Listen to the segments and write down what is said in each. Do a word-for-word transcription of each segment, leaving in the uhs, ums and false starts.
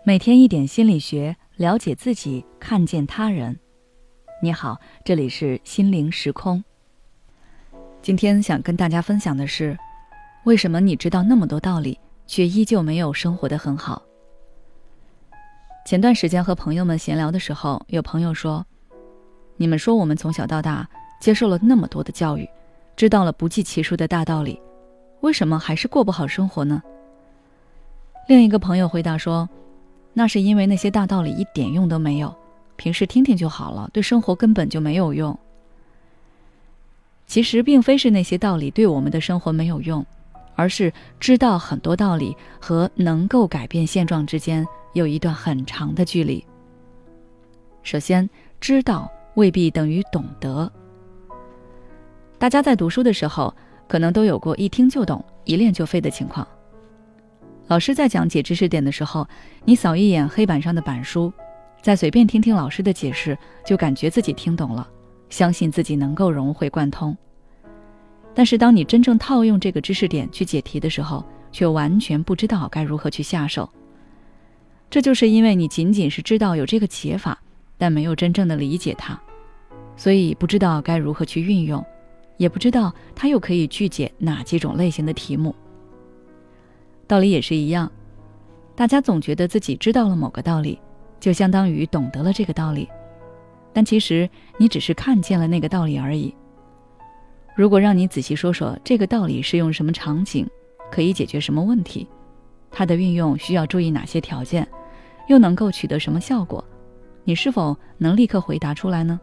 每天一点心理学，了解自己，看见他人。你好，这里是心灵时空。今天想跟大家分享的是，为什么你知道那么多道理，却依旧没有生活得很好？前段时间和朋友们闲聊的时候，有朋友说，你们说我们从小到大接受了那么多的教育，知道了不计其数的大道理，为什么还是过不好生活呢？另一个朋友回答说，那是因为那些大道理一点用都没有，平时听听就好了，对生活根本就没有用。其实并非是那些道理对我们的生活没有用，而是知道很多道理和能够改变现状之间有一段很长的距离。首先，知道未必等于懂得。大家在读书的时候，可能都有过一听就懂，一练就废的情况。老师在讲解知识点的时候，你扫一眼黑板上的板书，再随便听听老师的解释，就感觉自己听懂了，相信自己能够融会贯通。但是当你真正套用这个知识点去解题的时候，却完全不知道该如何去下手。这就是因为你仅仅是知道有这个解法，但没有真正的理解它，所以不知道该如何去运用，也不知道它又可以具解哪几种类型的题目。道理也是一样，大家总觉得自己知道了某个道理，就相当于懂得了这个道理，但其实你只是看见了那个道理而已。如果让你仔细说说这个道理是用什么场景，可以解决什么问题，它的运用需要注意哪些条件，又能够取得什么效果，你是否能立刻回答出来呢？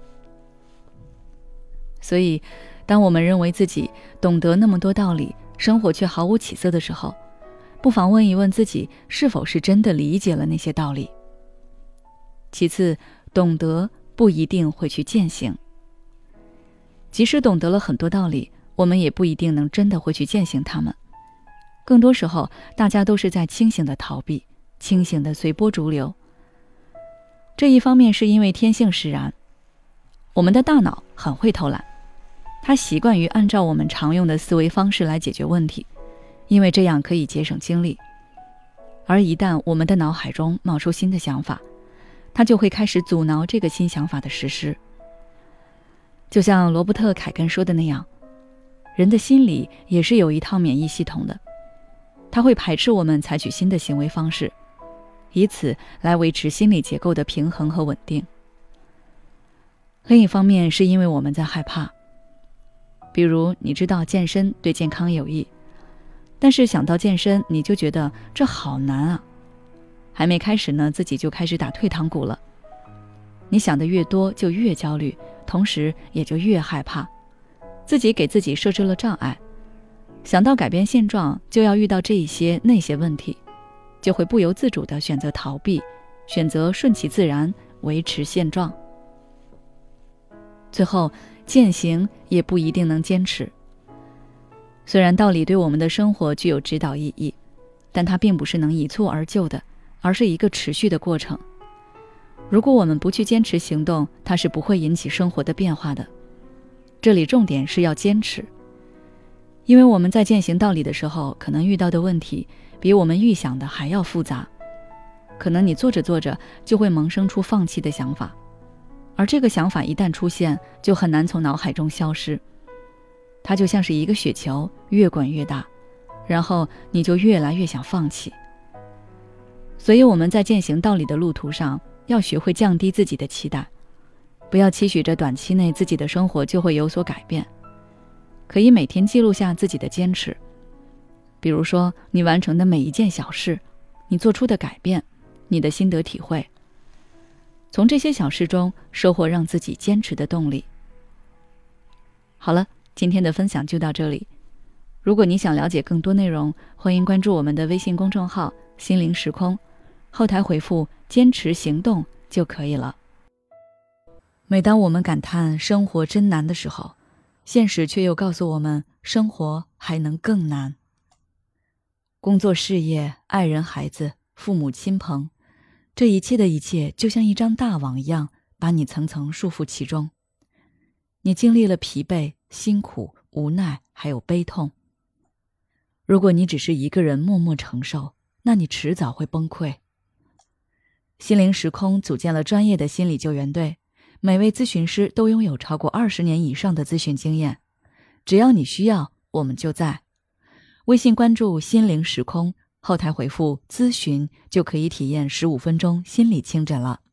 所以当我们认为自己懂得那么多道理，生活却毫无起色的时候，不妨问一问自己是否是真的理解了那些道理。其次，懂得不一定会去践行。即使懂得了很多道理，我们也不一定能真的会去践行它们。更多时候，大家都是在清醒的逃避，清醒的随波逐流。这一方面是因为天性使然，我们的大脑很会偷懒，它习惯于按照我们常用的思维方式来解决问题，因为这样可以节省精力。而一旦我们的脑海中冒出新的想法，它就会开始阻挠这个新想法的实施。就像罗伯特·凯根说的那样，人的心理也是有一套免疫系统的，它会排斥我们采取新的行为方式，以此来维持心理结构的平衡和稳定。另一方面是因为我们在害怕，比如你知道健身对健康有益，但是想到健身你就觉得这好难啊，还没开始呢，自己就开始打退堂鼓了。你想的越多就越焦虑，同时也就越害怕，自己给自己设置了障碍，想到改变现状就要遇到这一些那些问题，就会不由自主地选择逃避，选择顺其自然，维持现状。最后，践行也不一定能坚持。虽然道理对我们的生活具有指导意义，但它并不是能一蹴而就的，而是一个持续的过程。如果我们不去坚持行动，它是不会引起生活的变化的。这里重点是要坚持，因为我们在践行道理的时候，可能遇到的问题比我们预想的还要复杂。可能你做着做着就会萌生出放弃的想法，而这个想法一旦出现，就很难从脑海中消失。它就像是一个雪球，越滚越大，然后你就越来越想放弃。所以我们在践行道理的路途上，要学会降低自己的期待，不要期许着短期内自己的生活就会有所改变。可以每天记录下自己的坚持，比如说你完成的每一件小事，你做出的改变，你的心得体会，从这些小事中收获让自己坚持的动力。好了，今天的分享就到这里。如果你想了解更多内容，欢迎关注我们的微信公众号心灵时空，后台回复坚持行动就可以了。每当我们感叹生活真难的时候，现实却又告诉我们生活还能更难。工作事业、爱人孩子、父母亲朋，这一切的一切就像一张大网一样，把你层层束缚其中。你经历了疲惫、辛苦、无奈，还有悲痛。如果你只是一个人默默承受，那你迟早会崩溃。 心灵时空组建了专业的心理救援队，每位咨询师都拥有超过二十年以上的咨询经验。只要你需要，我们就在。微信关注心灵时空，后台回复咨询就可以体验十五分钟心理清诊了。